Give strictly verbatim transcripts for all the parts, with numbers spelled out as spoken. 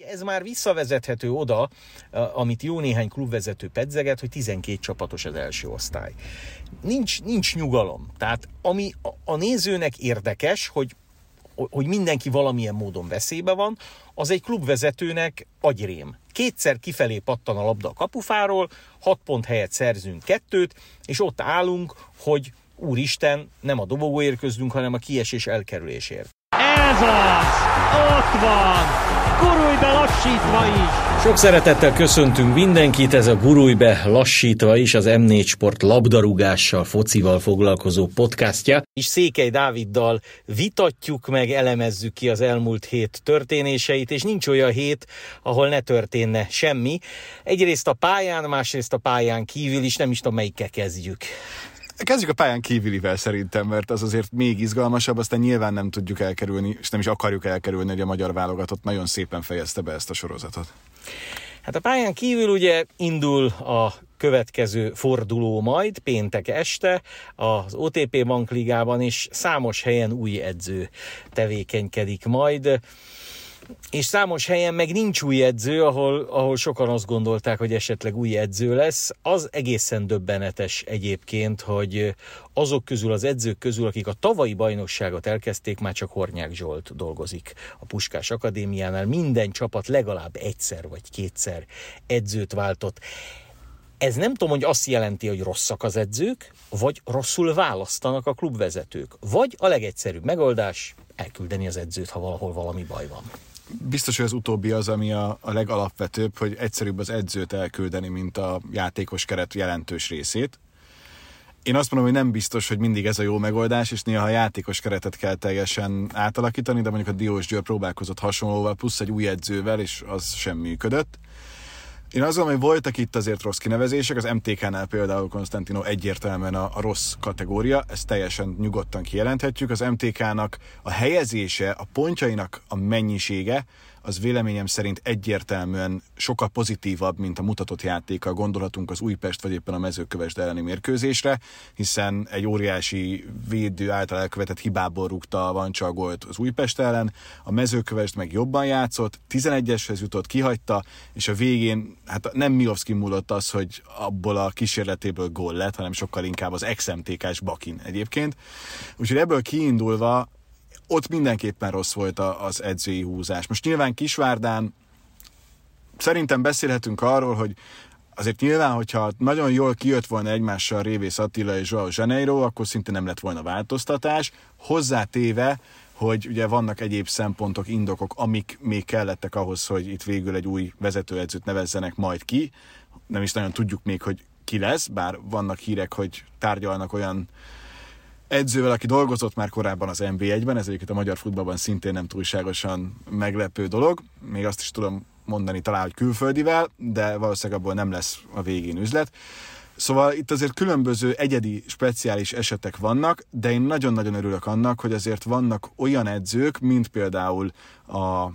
ez már visszavezethető oda, amit jó néhány klubvezető pedzeget, hogy tizenkét csapatos az első osztály. Nincs, nincs nyugalom. Tehát ami a nézőnek érdekes, hogy, hogy mindenki valamilyen módon veszélybe van, az egy klubvezetőnek agyrém. Kétszer kifelé pattan a labda a kapufáról, hat pont helyett szerzünk kettőt, és ott állunk, hogy úristen, nem a dobogóért küzdünk, hanem a kiesés elkerülésért. Ez az! Ott van! Gurulj be lassítva is! Sok szeretettel köszöntünk mindenkit, ez a Gurulj be lassítva is, az em négy Sport labdarúgással, focival foglalkozó podcastja. És Székely Dáviddal vitatjuk meg, elemezzük ki az elmúlt hét történéseit, és nincs olyan hét, ahol ne történne semmi. Egyrészt a pályán, másrészt a pályán kívül is, nem is tudom, melyikkel kezdjük. Kezdjük a pályán kívülivel szerintem, mert az azért még izgalmasabb, aztán nyilván nem tudjuk elkerülni, és nem is akarjuk elkerülni, hogy a magyar válogatott nagyon szépen fejezte be ezt a sorozatot. Hát a pályán kívül ugye indul a következő forduló majd péntek este az o té pé Bankligában, és számos helyen új edző tevékenykedik majd. És számos helyen meg nincs új edző, ahol, ahol sokan azt gondolták, hogy esetleg új edző lesz. Az egészen döbbenetes egyébként, hogy azok közül, az edzők közül, akik a tavalyi bajnokságot elkezdték, már csak Hornyák Zsolt dolgozik a Puskás Akadémiánál. Minden csapat legalább egyszer vagy kétszer edzőt váltott. Ez nem tudom, hogy azt jelenti, hogy rosszak az edzők, vagy rosszul választanak a klubvezetők. Vagy a legegyszerűbb megoldás, elküldeni az edzőt, ha valahol valami baj van. Biztos, hogy az utóbbi az, ami a, a legalapvetőbb, hogy egyszerűbb az edzőt elküldeni, mint a játékos keret jelentős részét. Én azt mondom, hogy nem biztos, hogy mindig ez a jó megoldás, és néha a játékos keretet kell teljesen átalakítani, de mondjuk a Diós Győr próbálkozott hasonlóval, plusz egy új edzővel, és az sem működött. Én azt gondolom, hogy voltak itt azért rossz kinevezések, az em té ká-nál például Konstantino egyértelműen a, a rossz kategória, ezt teljesen nyugodtan kijelenthetjük. Az em té ká-nak a helyezése, a pontjainak a mennyisége, az véleményem szerint egyértelműen sokkal pozitívabb, mint a mutatott játékkal gondolhatunk az Újpest vagy éppen a Mezőkövesd elleni mérkőzésre, hiszen egy óriási védő által elkövetett hibából rúgta a Vancsa a gólt az Újpest ellen, a Mezőkövesd meg jobban játszott, tizenegyeshez jutott, kihagyta, és a végén hát nem Miovszki múlott az, hogy abból a kísérletéből gól lett, hanem sokkal inkább az ex-em té ká-s Bakin egyébként. Úgyhogy ebből kiindulva ott mindenképpen rossz volt az edzői húzás. Most nyilván Kisvárdán szerintem beszélhetünk arról, hogy azért nyilván, hogyha nagyon jól kijött volna egymással Révész Attila és João Janeiro, akkor szinte nem lett volna változtatás. Hozzátéve, hogy ugye vannak egyéb szempontok, indokok, amik még kellettek ahhoz, hogy itt végül egy új vezetőedzőt nevezzenek majd ki. Nem is nagyon tudjuk még, hogy ki lesz, bár vannak hírek, hogy tárgyalnak olyan edzővel, aki dolgozott már korábban az en bé egyben, ez egyébként a magyar futballban szintén nem túlságosan meglepő dolog. Még azt is tudom mondani talán, hogy külföldivel, de valószínűleg abból nem lesz a végén üzlet. Szóval itt azért különböző egyedi, speciális esetek vannak, de én nagyon-nagyon örülök annak, hogy azért vannak olyan edzők, mint például a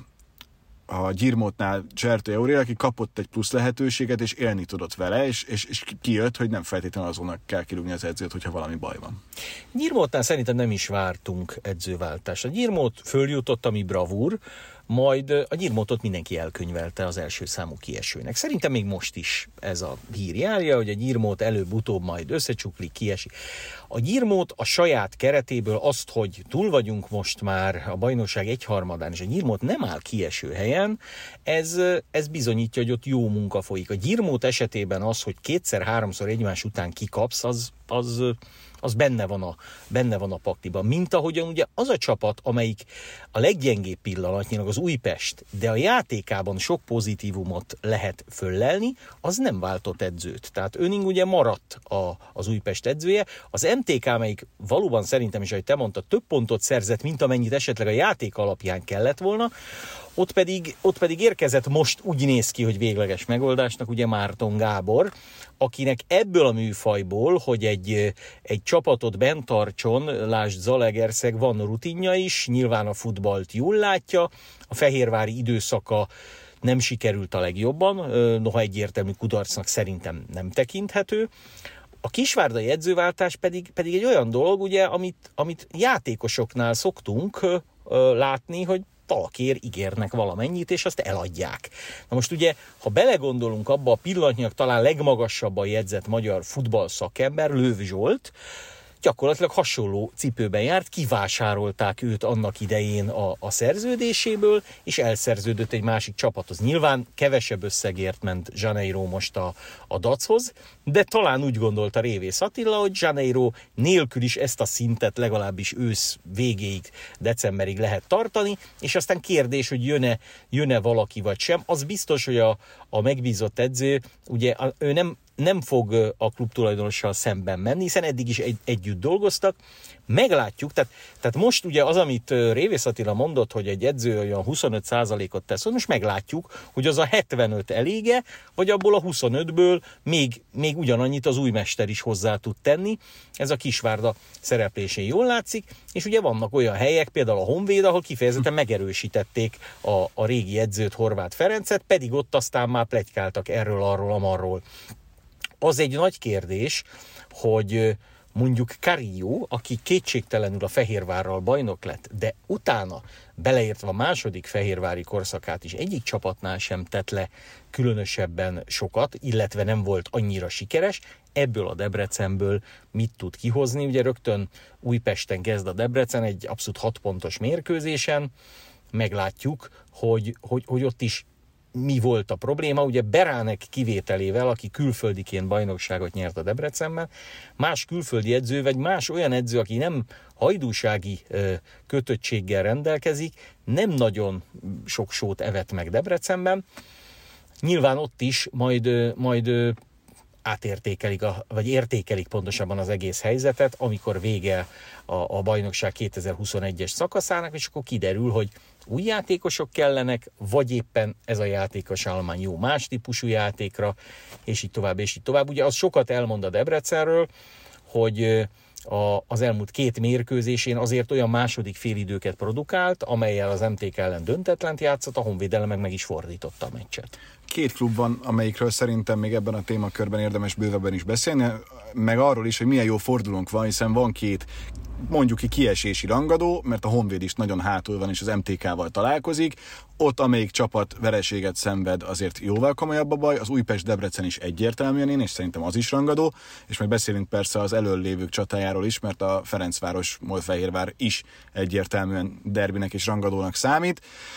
a Gyirmótnál Csertő Eurél, aki kapott egy plusz lehetőséget, és élni tudott vele, és, és, és kijött, hogy nem feltétlenül azonnak kell kirúgni az edzőt, hogyha valami baj van. Gyirmótnál szerintem nem is vártunk edzőváltást. A Gyirmót följutott, ami bravúr, majd a Gyirmótot mindenki elkönyvelte az első számú kiesőnek. Szerintem még most is ez a hír járja, hogy a Gyirmót előbb-utóbb majd összecsuklik, kiesik. A Gyirmót a saját keretéből azt, hogy túl vagyunk most már a bajnokság egyharmadán, és a Gyirmót nem áll kieső helyen, ez, ez bizonyítja, hogy ott jó munka folyik. A Gyirmót esetében az, hogy kétszer-háromszor egymás után kikapsz, az, az, az benne van a, benne van a pakliban. Mint ahogyan ugye az a csapat, amelyik a leggyengébb pillanatnyilag az Újpest, de a játékában sok pozitívumot lehet föllelni, az nem váltott edzőt. Tehát Öning ugye maradt a, az Újpest edzője. Az em té ká, amelyik valóban szerintem is, ahogy te mondtad, több pontot szerzett, mint amennyit esetleg a játék alapján kellett volna, ott pedig, ott pedig érkezett most úgy néz ki, hogy végleges megoldásnak ugye Márton Gábor, akinek ebből a műfajból, hogy egy, egy csapatot bent tartson, lásd Zalaegerszeg, van rutinja is, nyilván a futballt jól látja, a fehérvári időszaka nem sikerült a legjobban, noha egyértelmű kudarcnak szerintem nem tekinthető. A kisvárdai edzőváltás pedig, pedig egy olyan dolog, ugye, amit, amit játékosoknál szoktunk látni, hogy valakért ígérnek valamennyit, és azt eladják. Na most ugye, ha belegondolunk abba, a pillanatnyilag talán legmagasabban jegyzett magyar futball szakember, Löw Zsolt, gyakorlatilag hasonló cipőben járt, kivásárolták őt annak idején a, a szerződéséből, és elszerződött egy másik csapathoz. Nyilván kevesebb összegért ment Janeiro most a, a Dachoz, de talán úgy gondolta Révész Attila, hogy Janeiro nélkül is ezt a szintet legalábbis ősz végéig, decemberig lehet tartani, és aztán kérdés, hogy jön-e, jön-e valaki vagy sem. Az biztos, hogy a, a megbízott edző, ugye ő nem nem fog a klub tulajdonossal szemben menni, hiszen eddig is egy, együtt dolgoztak. Meglátjuk, tehát, tehát most ugye az, amit Révész Attila mondott, hogy egy edző olyan huszonöt százalékot tesz, most meglátjuk, hogy az a hetvenöt elége, vagy abból a huszonötből még, még ugyanannyit az új mester is hozzá tud tenni. Ez a Kisvárda szereplésén jól látszik, és ugye vannak olyan helyek, például a Honvéd, ahol kifejezetten megerősítették a, a régi edzőt, Horváth Ferencet, pedig ott aztán már pletykáltak erről, arról, amarról. Az egy nagy kérdés, hogy mondjuk Carrillo, aki kétségtelenül a Fehérvárral bajnok lett, de utána, beleértve a második fehérvári korszakát is, egyik csapatnál sem tett le különösebben sokat, illetve nem volt annyira sikeres, ebből a Debrecenből mit tud kihozni? Ugye rögtön Újpesten kezd a Debrecen egy abszolút hat pontos mérkőzésen, meglátjuk, hogy, hogy, hogy ott is mi volt a probléma. Ugye Beránek kivételével, aki külföldiként bajnokságot nyert a Debrecenben, más külföldi edző, vagy más olyan edző, aki nem hajdúsági ö, kötöttséggel rendelkezik, nem nagyon sok sót evett meg Debrecenben. Nyilván ott is majd, ö, majd ö, átértékelik, a, vagy értékelik pontosabban az egész helyzetet, amikor vége a, a bajnokság kétezer-huszonegyes szakaszának, és akkor kiderül, hogy új játékosok kellenek, vagy éppen ez a játékos állomány jó más típusú játékra, és így tovább, és így tovább. Ugye az sokat elmond a Debrecenről, hogy a, az elmúlt két mérkőzésén azért olyan második félidőket produkált, amellyel az em té ká ellen döntetlent játszott, a Honvéd ellen meg meg is fordította a meccset. Két klub van, amelyikről szerintem még ebben a témakörben érdemes bővebben is beszélni, meg arról is, hogy milyen jó fordulónk van, hiszen van két mondjuk ki kiesési rangadó, mert a Honvéd is nagyon hátul van, és az em té ká-val találkozik. Ott, amelyik csapat vereséget szenved, azért jóval komolyabb a baj. Az Újpest-Debrecen is egyértelműen én, és szerintem az is rangadó. És majd beszélünk persze az elől lévők csatájáról is, mert a Ferencváros-Molfehérvár is egyértelműen derbinek és rangadónak számít.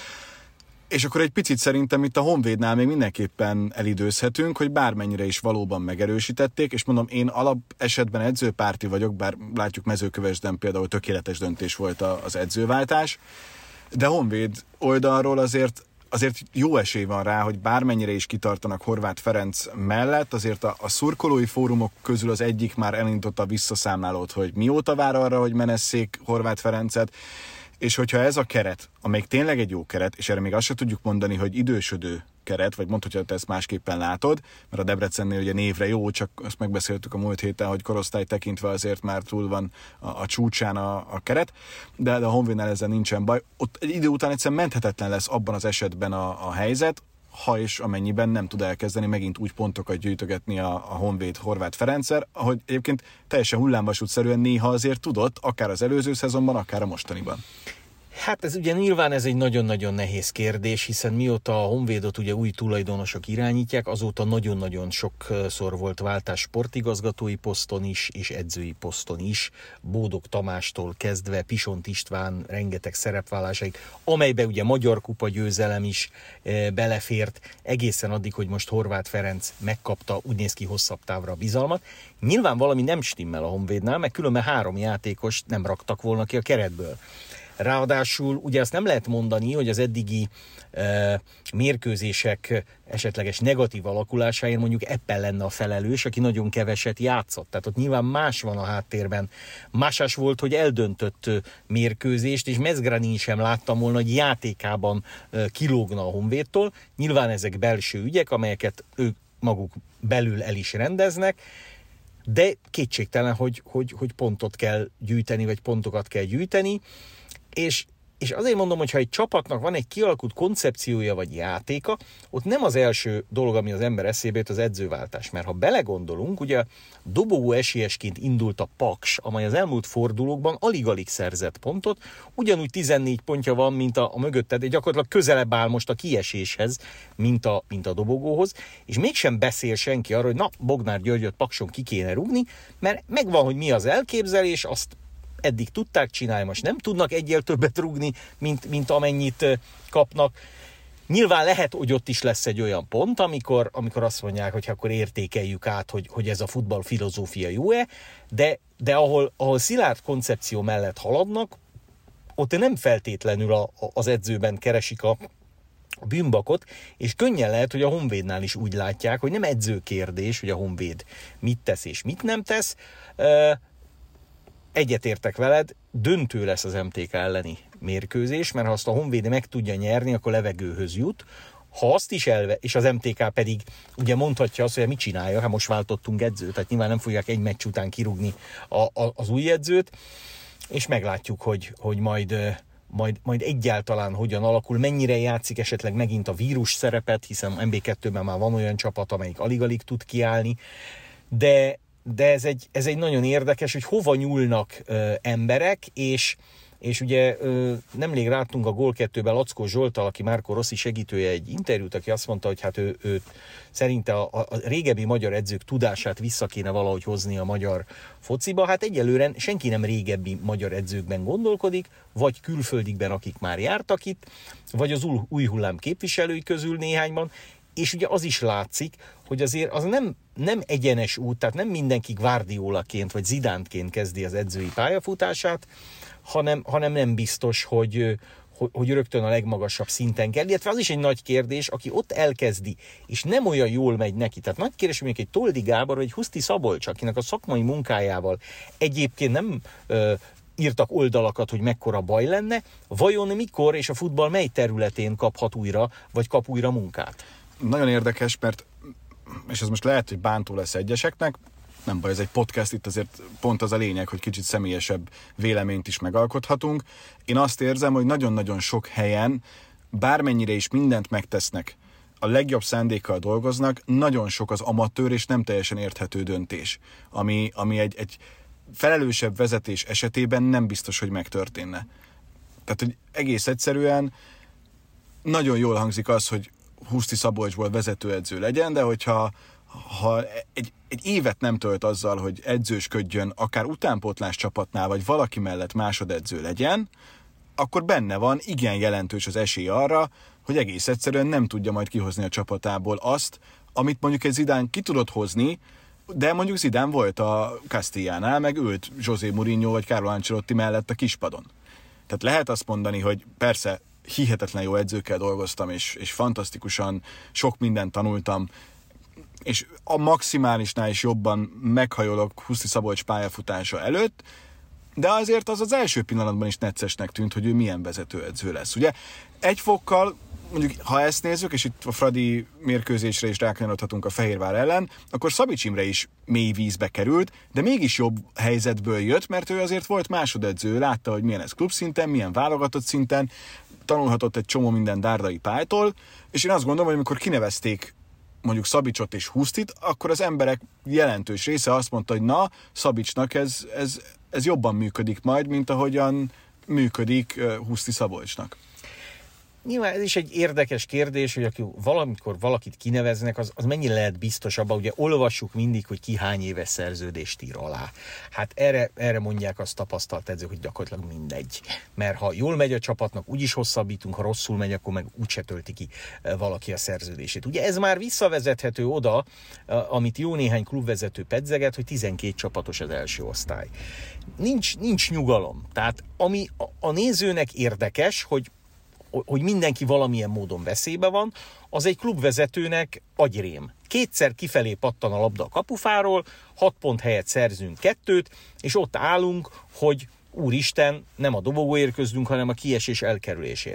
És akkor egy picit szerintem itt a Honvédnál még mindenképpen elidőzhetünk, hogy bármennyire is valóban megerősítették, és mondom, én alap esetben edzőpárti vagyok, bár látjuk Mezőkövesden például tökéletes döntés volt az edzőváltás, de Honvéd oldalról azért, azért jó esély van rá, hogy bármennyire is kitartanak Horváth Ferenc mellett, azért a, a szurkolói fórumok közül az egyik már elindította a visszaszámlálót, hogy mióta vár arra, hogy menesszék Horváth Ferencet, és hogyha ez a keret, amelyik tényleg egy jó keret, és erre még azt se tudjuk mondani, hogy idősödő keret, vagy mondhatja, hogy te ezt másképpen látod, mert a Debrecennél ugye névre jó, csak azt megbeszéltük a múlt héten, hogy korosztály tekintve azért már túl van a, a csúcsán a, a keret, de, de a Honvédnál ezzel nincsen baj. Ott egy idő után egyszerűen menthetetlen lesz abban az esetben a, a helyzet, ha és amennyiben nem tud elkezdeni megint úgy pontokat gyűjtögetni a, a Honvéd Horváth Ferenccel, ahogy egyébként teljesen hullámvasútszerűen néha azért tudott, akár az előző szezonban, akár a mostaniban. Hát ez ugye nyilván ez egy nagyon-nagyon nehéz kérdés, hiszen mióta a Honvédot ugye új tulajdonosok irányítják, azóta nagyon-nagyon sokszor volt váltás sportigazgatói poszton is, és edzői poszton is, Bódog Tamástól kezdve Pisont István rengeteg szerepvállásaig, amelybe ugye Magyar Kupa győzelem is e, belefért, egészen addig, hogy most Horváth Ferenc megkapta, úgy néz ki, hosszabb távra a bizalmat. Nyilván valami nem stimmel a Honvédnál, mert különben három játékos nem raktak volna ki a keretből. Ráadásul ugye azt nem lehet mondani, hogy az eddigi e, mérkőzések esetleges negatív alakulásáért mondjuk Eppel lenne a felelős, aki nagyon keveset játszott. Tehát ott nyilván más van a háttérben. Másás volt, hogy eldöntött mérkőzést, és Mezgranin sem láttam volna, hogy játékában e, kilógna a Honvédtól. Nyilván ezek belső ügyek, amelyeket ők maguk belül el is rendeznek, de kétségtelen, hogy, hogy, hogy pontot kell gyűjteni, vagy pontokat kell gyűjteni, és És azért mondom, hogy ha egy csapatnak van egy kialakult koncepciója vagy játéka, ott nem az első dolog, ami az ember eszébe jut, az edzőváltás. Mert ha belegondolunk, ugye dobogó esélyesként indult a Paks, amely az elmúlt fordulókban alig-alig szerzett pontot, ugyanúgy tizennégy pontja van, mint a, a mögötted, de gyakorlatilag közelebb áll most a kieséshez, mint a, mint a dobogóhoz, és mégsem beszél senki arról, hogy na, Bognár Györgyöt Pakson ki kéne rúgni, mert megvan, hogy mi az elképzelés, azt eddig tudták csinálni, most nem tudnak egyel többet rúgni, mint, mint amennyit kapnak. Nyilván lehet, hogy ott is lesz egy olyan pont, amikor, amikor azt mondják, hogy akkor értékeljük át, hogy, hogy ez a futball filozófia jó-e, de, de ahol, ahol szilárd koncepció mellett haladnak, ott nem feltétlenül a, az edzőben keresik a, a bűnbakot, és könnyen lehet, hogy a Honvédnál is úgy látják, hogy nem edzőkérdés, hogy a Honvéd mit tesz és mit nem tesz. Egyetértek veled, döntő lesz az em té ká elleni mérkőzés, mert ha azt a Honvéd meg tudja nyerni, akkor levegőhöz jut. Ha azt is elve, és az em té ká pedig ugye mondhatja azt, hogy mit csinálja, hát most váltottunk edzőt, tehát nyilván nem fogják egy meccs után kirúgni a, a, az új edzőt, és meglátjuk, hogy, hogy majd, majd, majd egyáltalán hogyan alakul, mennyire játszik esetleg megint a vírus szerepet, hiszen em bé kettőben már van olyan csapat, amelyik alig-alig tud kiállni, de de ez egy, ez egy nagyon érdekes, hogy hova nyúlnak ö, emberek, és, és ugye ö, nemrég láttunk a Gól kettőben Lackó Zsolttal, aki Márko Rossi segítője, egy interjút, aki azt mondta, hogy hát ő, ő szerinte a, a régebbi magyar edzők tudását vissza kéne valahogy hozni a magyar fociba. Hát egyelőre senki nem régebbi magyar edzőkben gondolkodik, vagy külföldikben, akik már jártak itt, vagy az új hullám képviselői közül néhányban, és ugye az is látszik, hogy azért az nem, nem egyenes út, tehát nem mindenki Guardiolaként vagy Zidánként kezdi az edzői pályafutását, hanem, hanem nem biztos, hogy, hogy, hogy rögtön a legmagasabb szinten kell. Illetve az is egy nagy kérdés, aki ott elkezdi, és nem olyan jól megy neki. Tehát nagy kérdés, hogy mondjuk egy Toldi Gábor vagy egy Huszti Szabolcs, akinek a szakmai munkájával egyébként nem ö, írtak oldalakat, hogy mekkora baj lenne, vajon mikor és a futball mely területén kaphat újra, vagy kap újra munkát? Nagyon érdekes, mert, és ez most lehet, hogy bántó lesz egyeseknek, nem baj, ez egy podcast, itt azért pont az a lényeg, hogy kicsit személyesebb véleményt is megalkothatunk. Én azt érzem, hogy nagyon-nagyon sok helyen, bármennyire is mindent megtesznek, a legjobb szándékkal dolgoznak, nagyon sok az amatőr és nem teljesen érthető döntés, ami, ami egy, egy felelősebb vezetés esetében nem biztos, hogy megtörténne. Tehát, hogy egész egyszerűen nagyon jól hangzik az, hogy Huszti Szabolcsból vezetőedző legyen, de hogyha ha egy, egy évet nem tölt azzal, hogy edzősködjön, akár utánpótlás csapatnál, vagy valaki mellett másodedző legyen, akkor benne van igen jelentős az esély arra, hogy egész egyszerűen nem tudja majd kihozni a csapatából azt, amit mondjuk egy Zidane ki tudott hozni, de mondjuk Zidane volt a Castillánál, meg ült José Mourinho vagy Carlo Ancelotti mellett a kispadon. Tehát lehet azt mondani, hogy persze hihetetlen jó edzőkkel dolgoztam, és, és fantasztikusan sok mindent tanultam, és a maximálisnál is jobban meghajolok Huszti Szabolcs pályafutása előtt, de azért az az első pillanatban is neccesnek tűnt, hogy ő milyen vezetőedző lesz. Ugye egy fokkal, mondjuk ha ezt nézzük, és itt a Fradi mérkőzésre is rákanyarodhatunk a Fehérvár ellen, akkor Szabics Imre is mély vízbe került, de mégis jobb helyzetből jött, mert ő azért volt másodedző, látta, hogy milyen ez klubszinten, milyen válogatott szinten, tanulhatott egy csomó minden Dárdai Pálytól, és én azt gondolom, hogy amikor kinevezték mondjuk Szabicsot és Husztit, akkor az emberek jelentős része azt mondta, hogy na, Szabicsnak ez, ez, ez jobban működik majd, mint ahogyan működik Huszti Szabolcsnak. Nyilván ez is egy érdekes kérdés, hogy aki valamikor valakit kineveznek, az, az mennyire lehet biztos abban, ugye olvassuk mindig, hogy ki hány éves szerződést ír alá. Hát erre, erre mondják azt tapasztalt edzők, hogy gyakorlatilag mindegy. Mert ha jól megy a csapatnak, úgyis hosszabbítunk, ha rosszul megy, akkor meg úgyse tölti ki valaki a szerződését. Ugye ez már visszavezethető oda, amit jó néhány klubvezető pedzeget, hogy tizenkét csapatos az első osztály. Nincs, nincs nyugalom. Tehát ami a, a nézőnek érdekes, hogy hogy mindenki valamilyen módon veszélybe van, az egy klubvezetőnek agyrém. Kétszer kifelé pattan a labda a kapufáról, hat pont helyett szerzünk kettőt, és ott állunk, hogy úristen, nem a dobogóért küzdünk, hanem a kiesés elkerülésért.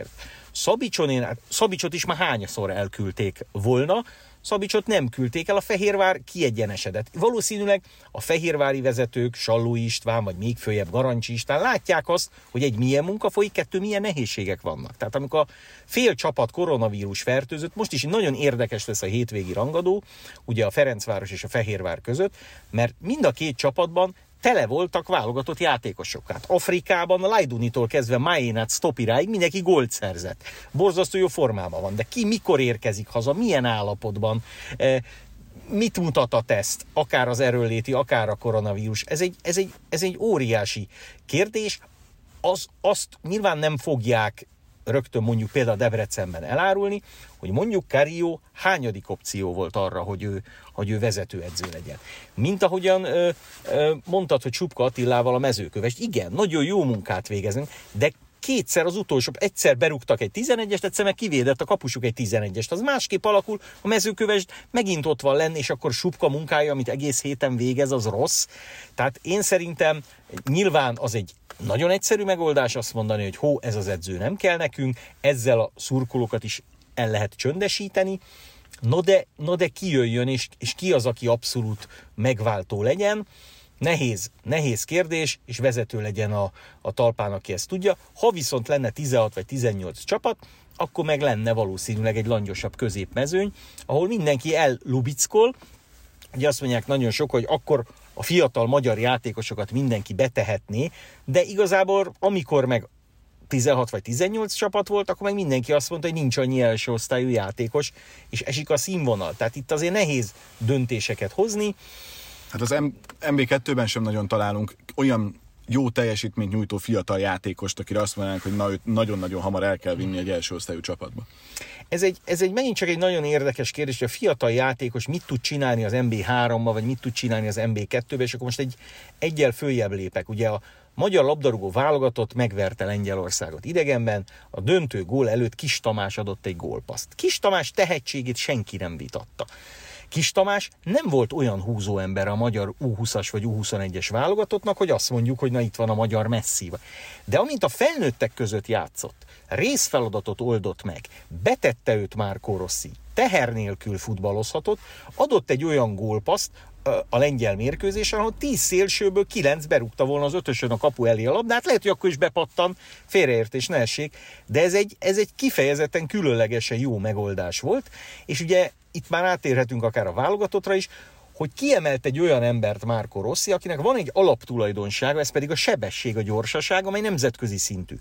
Szabicson én, Szabicsot is már hányszor elküldték volna, Szabicsot nem küldték el, a Fehérvár kiegyenesedett. Valószínűleg a fehérvári vezetők, Sallói István, vagy még följebb Garancsi István látják azt, hogy egy milyen munka folyik, kettő milyen nehézségek vannak. Tehát amikor a fél csapat koronavírus fertőzött, most is nagyon érdekes lesz a hétvégi rangadó, ugye a Ferencváros és a Fehérvár között, mert mind a két csapatban tele voltak válogatott játékosok. Hát Afrikában a Lajdunitól kezdve Maénát Stopiráig mindenki gólt szerzett. Borzasztó jó formában van, de ki mikor érkezik haza, milyen állapotban, e, mit mutat a teszt, akár az erőnléti, akár a koronavírus. Ez egy, ez egy, ez egy óriási kérdés. Az, azt nyilván nem fogják rögtön mondjuk például Debrecenben elárulni, hogy mondjuk Carillo hányadik opció volt arra, hogy ő, hogy ő vezetőedző legyen. Mint ahogyan ö, ö, mondtad, hogy Csupka Attilával a Mezőkövesd. Igen, nagyon jó munkát végezünk, de kétszer az utolsó, egyszer berúgtak egy tizenegyest, egyszer meg kivédett a kapusuk egy tizenegyest. Az másképp alakul, a Mezőkövesd megint ott van lenni, és akkor Supka munkája, amit egész héten végez, az rossz. Tehát én szerintem nyilván az egy nagyon egyszerű megoldás azt mondani, hogy hó, ez az edző nem kell nekünk, ezzel a szurkolókat is el lehet csöndesíteni, no de, no de ki jöjjön, és, és ki az, aki abszolút megváltó legyen. Nehéz, nehéz kérdés, és vezető legyen a, a talpán, aki ezt tudja. Ha viszont lenne tizenhat vagy tizennyolc csapat, akkor meg lenne valószínűleg egy langyosabb középmezőny, ahol mindenki ellubickol. Ugye azt mondják nagyon sok, hogy akkor a fiatal magyar játékosokat mindenki betehetné, de igazából amikor meg tizenhat vagy tizennyolc csapat volt, akkor meg mindenki azt mondta, hogy nincs annyi első osztályú játékos, és esik a színvonal. Tehát itt azért nehéz döntéseket hozni. Hát az em bé kettőben sem nagyon találunk olyan jó teljesítményt nyújtó fiatal játékost, akire azt mondanánk, hogy na, őt nagyon-nagyon hamar el kell vinni egy első osztályú csapatba. Ez egy, ez egy megint csak egy nagyon érdekes kérdés, hogy a fiatal játékos mit tud csinálni az em bé háromban, vagy mit tud csinálni az em bé kettőben, és akkor most egy egyel följebb lépek. Ugye a magyar labdarúgó válogatott megverte Lengyelországot idegenben, a döntő gól előtt Kis Tamás adott egy gólpaszt. Kis Tamás tehetségét senki nem vitatta. Kis Tamás nem volt olyan húzó ember a magyar U húszas vagy U huszonegyes válogatottnak, hogy azt mondjuk, hogy na itt van a magyar Messi. De amint a felnőttek között játszott, részfeladatot oldott meg, betette őt Marco Rossi, teher nélkül futballozhatott, adott egy olyan gólpaszt a lengyel mérkőzésen, ahol tíz szélsőből kilenc berúgta volna az ötösön a kapu elé a labdát, lehet, hogy akkor is bepattan, félreértés ne essék, de ez egy, ez egy kifejezetten különlegesen jó megoldás volt, és ugye itt már átérhetünk akár a válogatottra is, hogy kiemelt egy olyan embert Marco Rossi, akinek van egy alaptulajdonsága, ez pedig a sebesség, a gyorsaság, amely nemzetközi szintű.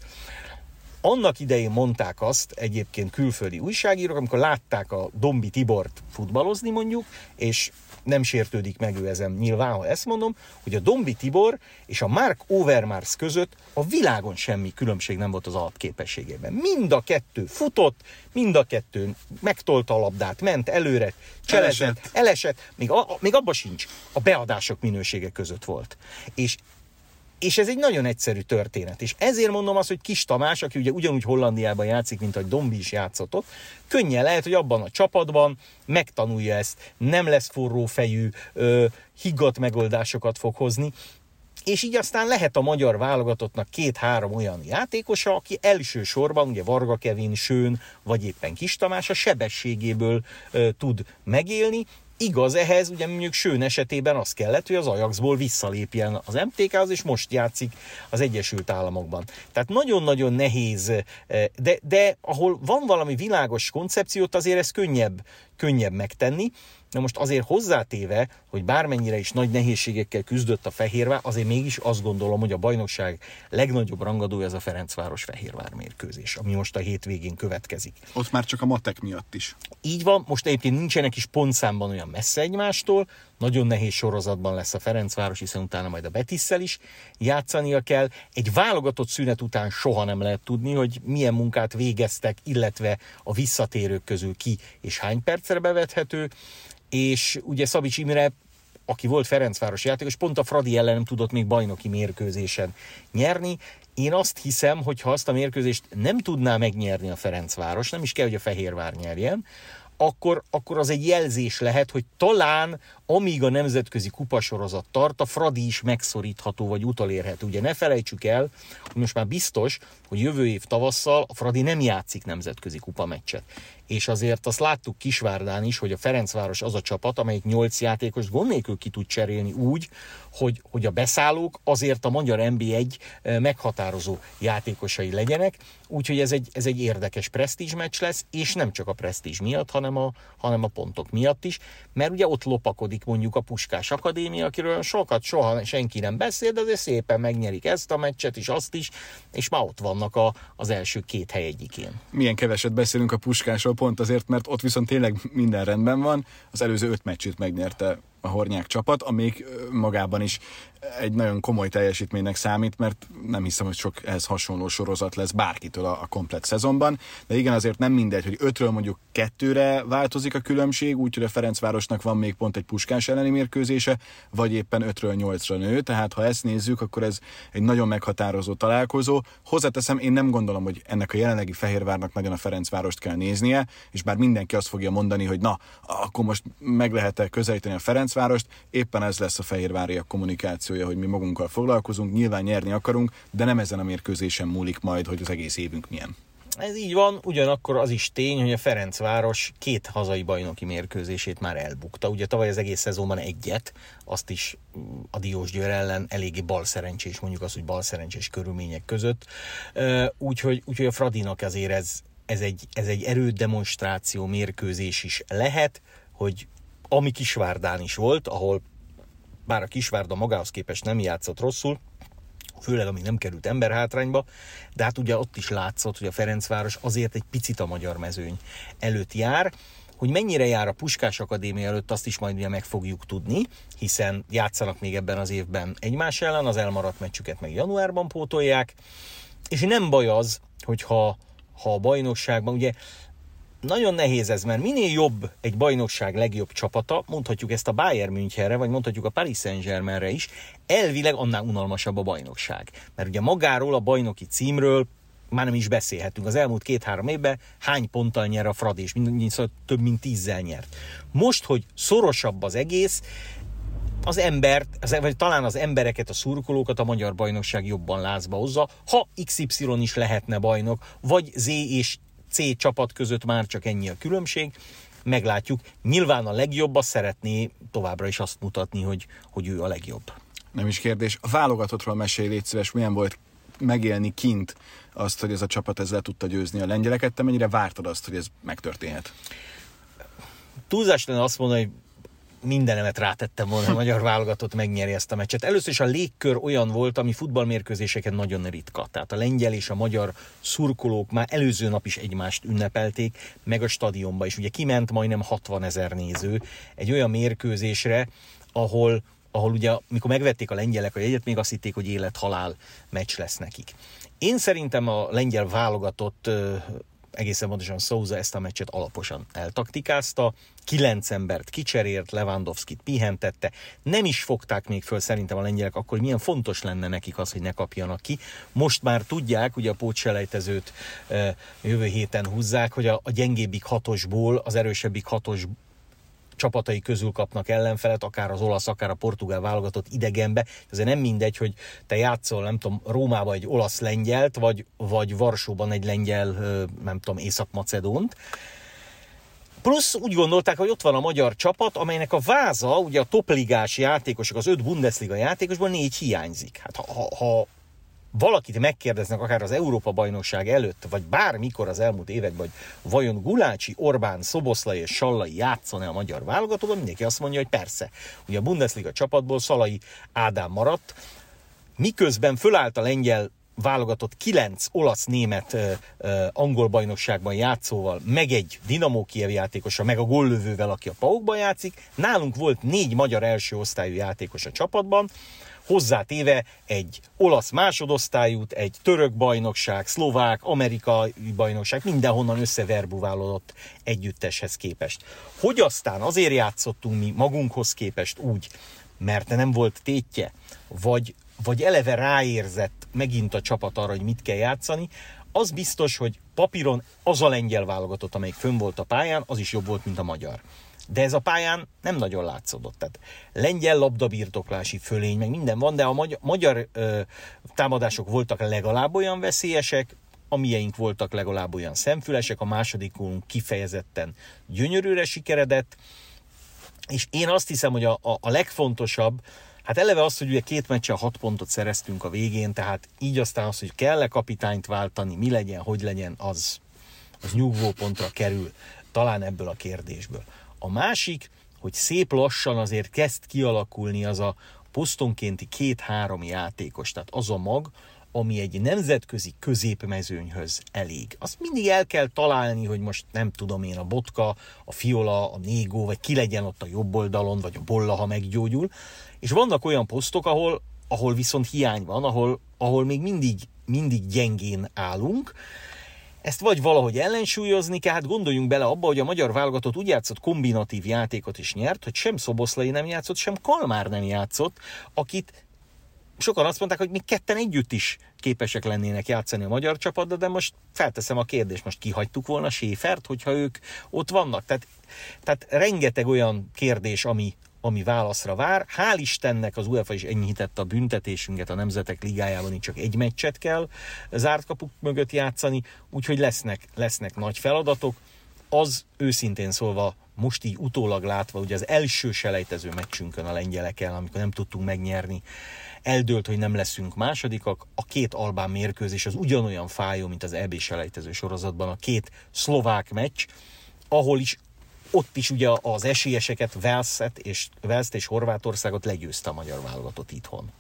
Annak idején mondták azt egyébként külföldi újságírók, amikor látták a Dombi Tibort futballozni mondjuk, és nem sértődik meg ő ezen nyilván, ha ezt mondom, hogy a Dombi Tibor és a Mark Overmars között a világon semmi különbség nem volt az alapképességében. Mind a kettő futott, mind a kettő megtolta a labdát, ment előre, cselezett, elesett, még, a, még abban sincs, a beadások minősége között volt. És És ez egy nagyon egyszerű történet. És ezért mondom azt, hogy Kis Tamás, aki ugye ugyanúgy Hollandiában játszik, mint ahogy Dombi is játszott ott, könnyen lehet, hogy abban a csapatban megtanulja ezt, nem lesz forró fejű, higgadt megoldásokat fog hozni, és így aztán lehet a magyar válogatottnak két-három olyan játékosa, aki elsősorban, ugye Varga Kevin, Schön, vagy éppen Kis Tamás a sebességéből ö, tud megélni. Igaz, ehhez ugye mondjuk Schön esetében az kellett, hogy az Ajaxból visszalépjen az em té ká-hoz, és most játszik az Egyesült Államokban. Tehát nagyon-nagyon nehéz, de, de ahol van valami világos koncepciót, azért ez könnyebb, könnyebb megtenni. Na most azért hozzátéve, hogy bármennyire is nagy nehézségekkel küzdött a Fehérvár, azért mégis azt gondolom, hogy a bajnokság legnagyobb rangadója ez a Ferencváros-Fehérvár mérkőzés, ami most a hétvégén következik. Ott már csak a matek miatt is. Így van, most egyébként nincsenek is pontszámban olyan messze egymástól, nagyon nehéz sorozatban lesz a Ferencváros, hiszen utána majd a Betisszel is játszania kell. Egy válogatott szünet után soha nem lehet tudni, hogy milyen munkát végeztek, illetve a visszatérők közül ki és hány percre bevethető. És ugye Szabics Imre, aki volt Ferencváros játékos, pont a Fradi ellen nem tudott még bajnoki mérkőzésen nyerni. Én azt hiszem, hogy ha azt a mérkőzést nem tudná megnyerni a Ferencváros, nem is kell, hogy a Fehérvár nyerjen, akkor, akkor az egy jelzés lehet, hogy talán amíg a nemzetközi kupasorozat tart, a Fradi is megszorítható vagy utolérhető. Ugye ne felejtsük el, hogy most már biztos, hogy jövő év tavasszal a Fradi nem játszik nemzetközi kupameccset. És azért azt láttuk Kisvárdán is, hogy a Ferencváros az a csapat, amelyik nyolc játékos gond nélkül ki tud cserélni úgy, hogy, hogy a beszállók azért a magyar en bé egy meghatározó játékosai legyenek. Úgyhogy ez egy, ez egy érdekes presztízs meccs lesz, és nem csak a presztízs miatt, hanem a, hanem a pontok miatt is, mert ugye ott lopakodik mondjuk a Puskás Akadémia, akiről sokat soha senki nem beszél, de azért szépen megnyerik ezt a meccset is, azt is, és már ott vannak a, az első két hely egyikén. Milyen keveset beszélünk a Puskásról, pont azért, mert ott viszont tényleg minden rendben van. Az előző öt meccsét megnyerte a Hornyák csapat, amelyik magában is egy nagyon komoly teljesítménynek számít, mert nem hiszem, hogy sok ehhez hasonló sorozat lesz bárkitől a, a komplett szezonban, de igen, azért nem mindegy, hogy ötről mondjuk kettőre változik a különbség, úgyhogy a Ferencvárosnak van még pont egy Puskás elleni mérkőzése, vagy éppen ötről nyolcra nő, tehát ha ezt nézzük, akkor ez egy nagyon meghatározó találkozó. Hozzáteszem, én nem gondolom, hogy ennek a jelenlegi Fehérvárnak nagyon a Ferencvárost kell néznie, és bár mindenki azt fogja mondani, hogy na, akkor most meg lehet-e közelíteni a Ferencvárost, éppen ez lesz a fehérváriak kommunikációja, hogy mi magunkkal foglalkozunk, nyilván nyerni akarunk, de nem ezen a mérkőzésen múlik majd, hogy az egész évünk milyen. Ez így van, ugyanakkor az is tény, hogy a Ferencváros két hazai bajnoki mérkőzését már elbukta. Ugye tavaly az egész szezonban egyet, azt is a Diósgyőr ellen eléggé balszerencsés, mondjuk az, hogy balszerencsés körülmények között. Úgyhogy, úgyhogy a Fradinak azért ez, ez, egy, ez egy erődemonstráció mérkőzés is lehet, hogy ami Kisvárdán is volt, ahol bár a Kisvárda magához képest nem játszott rosszul, főleg amíg nem került emberhátrányba, de hát ugye ott is látszott, hogy a Ferencváros azért egy picit a magyar mezőny előtt jár. Hogy mennyire jár a Puskás Akadémia előtt, azt is majd ugye meg fogjuk tudni, hiszen játszanak még ebben az évben egymás ellen, az elmaradt meccsüket meg januárban pótolják, és nem baj az, hogyha ha a bajnokságban, ugye nagyon nehéz ez, mert minél jobb egy bajnokság legjobb csapata, mondhatjuk ezt a Bayern Münchenre, vagy mondhatjuk a Paris Saint-Germainre is, elvileg annál unalmasabb a bajnokság. Mert ugye magáról, a bajnoki címről már nem is beszélhetünk. Az elmúlt két-három évben hány ponttal nyer a Fradi, és mindjárt több mint tízzel nyert. Most, hogy szorosabb az egész, az embert, az, vagy talán az embereket, a szurkolókat a magyar bajnokság jobban lázba hozza, ha iksz ipszilon is lehetne bajnok, vagy Z és C csapat között már csak ennyi a különbség, meglátjuk. Nyilván a legjobb, azt szeretné továbbra is azt mutatni, hogy, hogy ő a legjobb. Nem is kérdés. A válogatottról mesélj, légy szíves, milyen volt megélni kint azt, hogy ez a csapat ezzel tudta győzni a lengyeleket, te mennyire vártad azt, hogy ez megtörténhet? Túlzás lenne azt mondani, hogy mindenemet rátettem volna, a magyar válogatott megnyeri ezt a meccset. Először is a légkör olyan volt, ami futballmérkőzéseken nagyon ritka. Tehát a lengyel és a magyar szurkolók már előző nap is egymást ünnepelték, meg a stadionba is. Ugye kiment majdnem hatvanezer néző egy olyan mérkőzésre, ahol, ahol ugye, mikor megvették a lengyelek a jegyet, még azt hitték, hogy élet-halál meccs lesz nekik. Én szerintem a lengyel válogatott egészen pontosan Sousa ezt a meccset alaposan eltaktikázta, kilenc embert kicserélt, Lewandowskit pihentette, nem is fogták még föl szerintem a lengyelek akkor, hogy milyen fontos lenne nekik az, hogy ne kapjanak ki. Most már tudják, ugye a pótselejtezőt e, jövő héten húzzák, hogy a, a gyengébbik hatosból az erősebbik hatos csapatai közül kapnak ellenfelet, akár az olasz, akár a portugál válogatott idegenbe. Azért nem mindegy, hogy te játszol, nem tudom, Rómába egy olasz-lengyelt, vagy, vagy Varsóban egy lengyel, nem tudom, észak-macedónt. Plusz úgy gondolták, hogy ott van a magyar csapat, amelynek a váza, ugye a topligás játékosok, az öt Bundesliga játékosból négy hiányzik. Hát ha, ha, ha valakit megkérdeznek akár az Európa-bajnokság előtt, vagy bármikor az elmúlt években, hogy vajon Gulácsi, Orbán, Szoboszlai és Sallai játszon-e a magyar válogatóban, mindenki azt mondja, hogy persze. Ugye a Bundesliga csapatból Szalai Ádám maradt, miközben fölállt a lengyel válogatott kilenc olasz-német uh, uh, angol bajnokságban játszóval, meg egy Dinamo Kijev játékosa, meg a góllövővel, aki a PAOK-ban játszik. Nálunk volt négy magyar első osztályú játékos a csapatban, hozzátéve egy olasz másodosztályút, egy török bajnokság, szlovák, amerikai bajnokság, mindenhonnan összeverbuválódott együtteshez képest. Hogy aztán azért játszottunk mi magunkhoz képest úgy, mert nem volt tétje, vagy, vagy eleve ráérzett megint a csapat arra, hogy mit kell játszani, Az biztos, hogy papíron az a lengyel válogatott, amelyik fönn volt a pályán, az is jobb volt, mint a magyar. De ez a pályán nem nagyon látszódott. Tehát lengyel labdabirtoklási fölény, meg minden van, de a magyar, magyar ö, támadások voltak legalább olyan veszélyesek, a mieink voltak legalább olyan szemfülesek, a másodikunk kifejezetten gyönyörűre sikeredett, és én azt hiszem, hogy a, a, a legfontosabb, hát eleve az, hogy ugye két meccsen hat pontot szereztünk a végén, tehát így aztán az, hogy kell-e kapitányt váltani, mi legyen, hogy legyen, az, az nyugvó pontra kerül, talán ebből a kérdésből. A másik, hogy szép lassan azért kezd kialakulni az a posztonkénti két-három játékos, tehát az a mag, ami egy nemzetközi középmezőnyhöz elég. Azt mindig el kell találni, hogy most nem tudom én, a Botka, a Fiola, a Négó, vagy ki legyen ott a jobb oldalon, vagy a Bolla, ha meggyógyul. És vannak olyan posztok, ahol, ahol viszont hiány van, ahol, ahol még mindig, mindig gyengén állunk. Ezt vagy valahogy ellensúlyozni kell, hát gondoljunk bele abba, hogy a magyar válogatott úgy játszott, kombinatív játékot is nyert, hogy sem Szoboszlai nem játszott, sem Kalmár nem játszott, akit sokan azt mondták, hogy még ketten együtt is képesek lennének játszani a magyar csapatba, de most felteszem a kérdést, most kihagytuk volna Schäfert, hogyha ők ott vannak. Tehát, tehát rengeteg olyan kérdés, ami, ami válaszra vár. Hál' Istennek az UEFA is enyhítette a büntetésünket a Nemzetek Ligájában, így csak egy meccset kell zárt kapuk mögött játszani, úgyhogy lesznek, lesznek nagy feladatok. Az őszintén szólva, most így utólag látva, ugye az első selejtező meccsünkön a lengyelekkel, amikor nem tudtunk megnyerni, eldőlt, hogy nem leszünk másodikak. A két albán mérkőzés az ugyanolyan fájó, mint az é bé selejtező sorozatban a két szlovák meccs, ahol is ott is ugye az esélyeseket, Velszet és, Velszt és Horvátországot legyőzte a magyar válogatott itthon.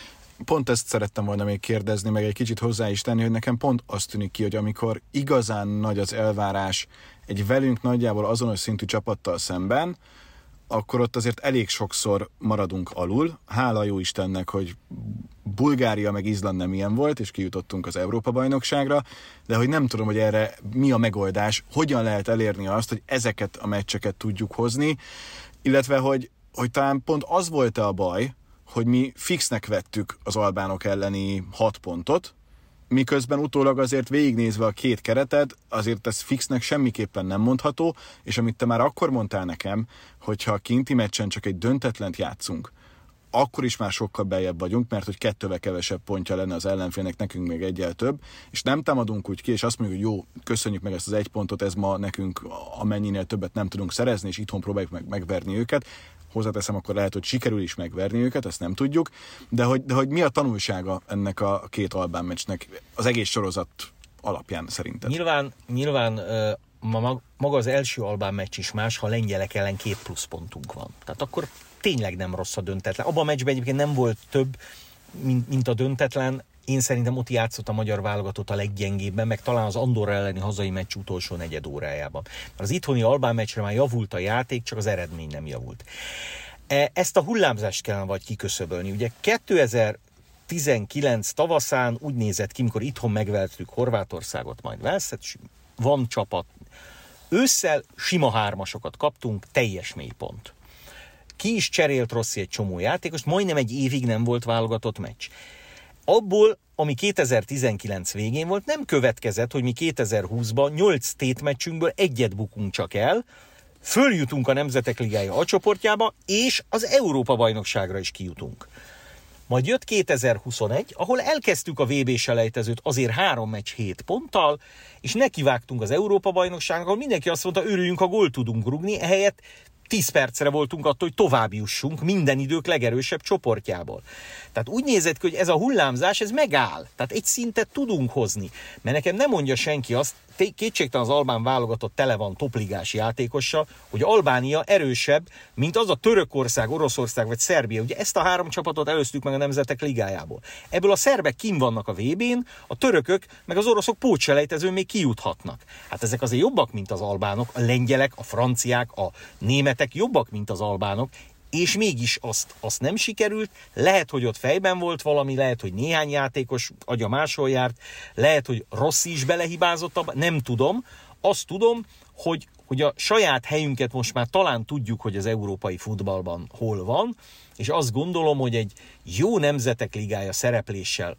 Pont ezt szerettem volna még kérdezni, meg egy kicsit hozzá is tenni, hogy nekem pont azt tűnik ki, hogy amikor igazán nagy az elvárás egy velünk nagyjából azonos szintű csapattal szemben, akkor ott azért elég sokszor maradunk alul. Hála jó Istennek, hogy Bulgária meg Izland nem ilyen volt, és kijutottunk az Európa-bajnokságra, de hogy nem tudom, hogy erre mi a megoldás, hogyan lehet elérni azt, hogy ezeket a meccseket tudjuk hozni, illetve hogy, hogy talán pont az volt-e a baj, hogy mi fixnek vettük az albánok elleni hat pontot, miközben utólag azért végignézve a két kereted, azért ez fixnek semmiképpen nem mondható, és amit te már akkor mondtál nekem, hogyha a kinti meccsen csak egy döntetlent játszunk, akkor is már sokkal beljebb vagyunk, mert hogy kettővel kevesebb pontja lenne az ellenfélnek, nekünk még egyel több, és nem támadunk úgy ki, és azt mondjuk, hogy jó, köszönjük meg ezt az egy pontot, ez ma nekünk amennyinél többet nem tudunk szerezni, és itthon próbáljuk meg megverni őket. Hozzáteszem, akkor lehet, hogy sikerül is megverni őket, ezt nem tudjuk, de hogy, de hogy mi a tanulsága ennek a két albán meccsnek az egész sorozat alapján szerinted? Nyilván, nyilván maga az első albán meccs is más, ha lengyelek ellen két plusz pontunk van. Tehát akkor tényleg nem rossz a döntetlen. Abban a meccsben egyébként nem volt több, mint, mint a döntetlen. Én szerintem ott játszott a magyar válogatott a leggyengébben, meg talán az Andorra elleni hazai meccs utolsó negyed órájában. Mert az itthoni albán meccsre már javult a játék, csak az eredmény nem javult. Ezt a hullámzást kellene vagy kiköszöbölni. Ugye kétezer-tizenkilenc tavaszán úgy nézett ki, mikor itthon megvertük Horvátországot, majd Velszet, van csapat. Ősszel sima hármasokat kaptunk, teljes mélypont. Ki is cserélt Rossi egy csomó játékost, majdnem egy évig nem volt válogatott meccs. Abból, ami kétezer-tizenkilenc végén volt, nem következett, hogy mi kétezer-húszban nyolc tétmeccsünkből egyet bukunk csak el, följutunk a Nemzetek Ligája A csoportjába, és az Európa-bajnokságra is kijutunk. Majd jött kétezer-huszonegy, ahol elkezdtük a vé bé selejtezőt azért három meccs hét ponttal, és nekivágtunk az Európa-bajnokságnak, ahol mindenki azt mondta, örüljünk, ha gólt tudunk rugni, ehelyett tíz percre voltunk attól, hogy tovább jussunk minden idők legerősebb csoportjából. Tehát úgy nézett ki, hogy ez a hullámzás, ez megáll. Tehát egy szintet tudunk hozni. Mert nekem nem mondja senki azt, kétségtelen az albán válogatott tele van topligás játékossal, hogy Albánia erősebb, mint az a Törökország, Oroszország vagy Szerbia. Ugye ezt a három csapatot előztük meg a Nemzetek Ligájából. Ebből a szerbek kim vannak a vé bén, a törökök meg az oroszok pótselejtezőn még kijuthatnak. Hát ezek azért jobbak, mint az albánok, a lengyelek, a franciák, a németek jobbak, mint az albánok, és mégis azt, azt nem sikerült, lehet, hogy ott fejben volt valami, lehet, hogy néhány játékos agya máshol járt, lehet, hogy Rossi is belehibázott abba, nem tudom. Azt tudom, hogy, hogy a saját helyünket most már talán tudjuk, hogy az európai futballban hol van, és azt gondolom, hogy egy jó Nemzetek Ligája szerepléssel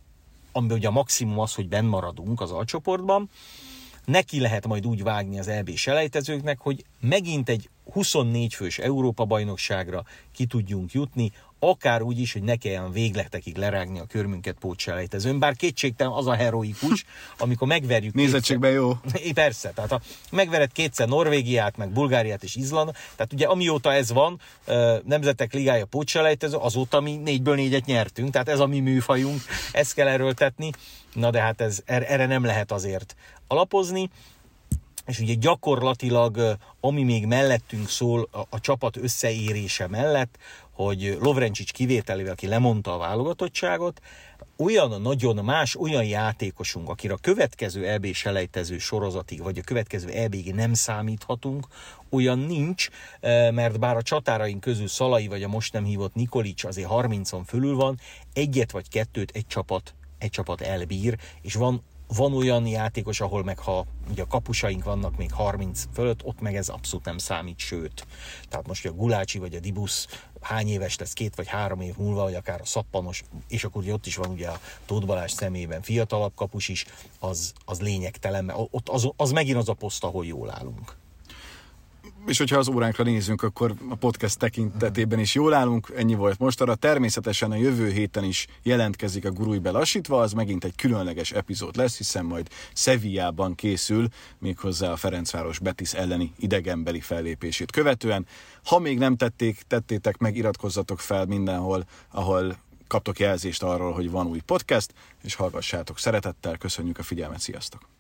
amiben ugye a maximum az, hogy benn maradunk az alcsoportban, neki lehet majd úgy vágni az é bé-selejtezőknek, hogy megint egy huszonnégy fős Európa-bajnokságra ki tudjunk jutni, akár úgy is, hogy ne kelljen végletekig lerágni a körmünket pótselejtezőn, bár kétségtelen az a heroikus, amikor megverjük... Nézettségben jó. É, persze, tehát ha megvered kétszer Norvégiát, meg Bulgáriát és Izland, tehát ugye amióta ez van, Nemzetek Ligája pótselejtező, azóta mi négyből négyet nyertünk, tehát ez a mi műfajunk, ezt kell erőltetni, na de hát ez, erre nem lehet azért alapozni, és ugye gyakorlatilag, ami még mellettünk szól a, a csapat összeérése mellett, hogy Lovrencsics kivételével, aki lemondta a válogatottságot, olyan nagyon más, olyan játékosunk, akire a következő é bé-selejtező sorozatig, vagy a következő é bé-ig nem számíthatunk, olyan nincs, mert bár a csatáraink közül Szalai vagy a most nem hívott Nikolics azért harmincon fölül van, egyet vagy kettőt egy csapat, egy csapat elbír, és van Van olyan játékos, ahol meg ha ugye a kapusaink vannak még harminc fölött, ott meg ez abszolút nem számít, sőt. Tehát most a Gulácsi vagy a Dibusz hány éves lesz, két vagy három év múlva, vagy akár a Szappanos, és akkor ugye ott is van ugye a Tóth Balázs szemében fiatalabb kapus is, az, az lényegtelen, mert ott az, az megint az a poszt, ahol jól állunk. És hogyha az óránkra nézzünk, akkor a podcast tekintetében is jól állunk. Ennyi volt mostanra. Természetesen a jövő héten is jelentkezik a Gurulj be lassítva, az megint egy különleges epizód lesz, hiszen majd Sevillában készül, méghozzá a Ferencváros Betis elleni idegenbeli fellépését követően. Ha még nem tették, tettétek meg, iratkozzatok fel mindenhol, ahol kaptok jelzést arról, hogy van új podcast, és hallgassátok szeretettel. Köszönjük a figyelmet, sziasztok!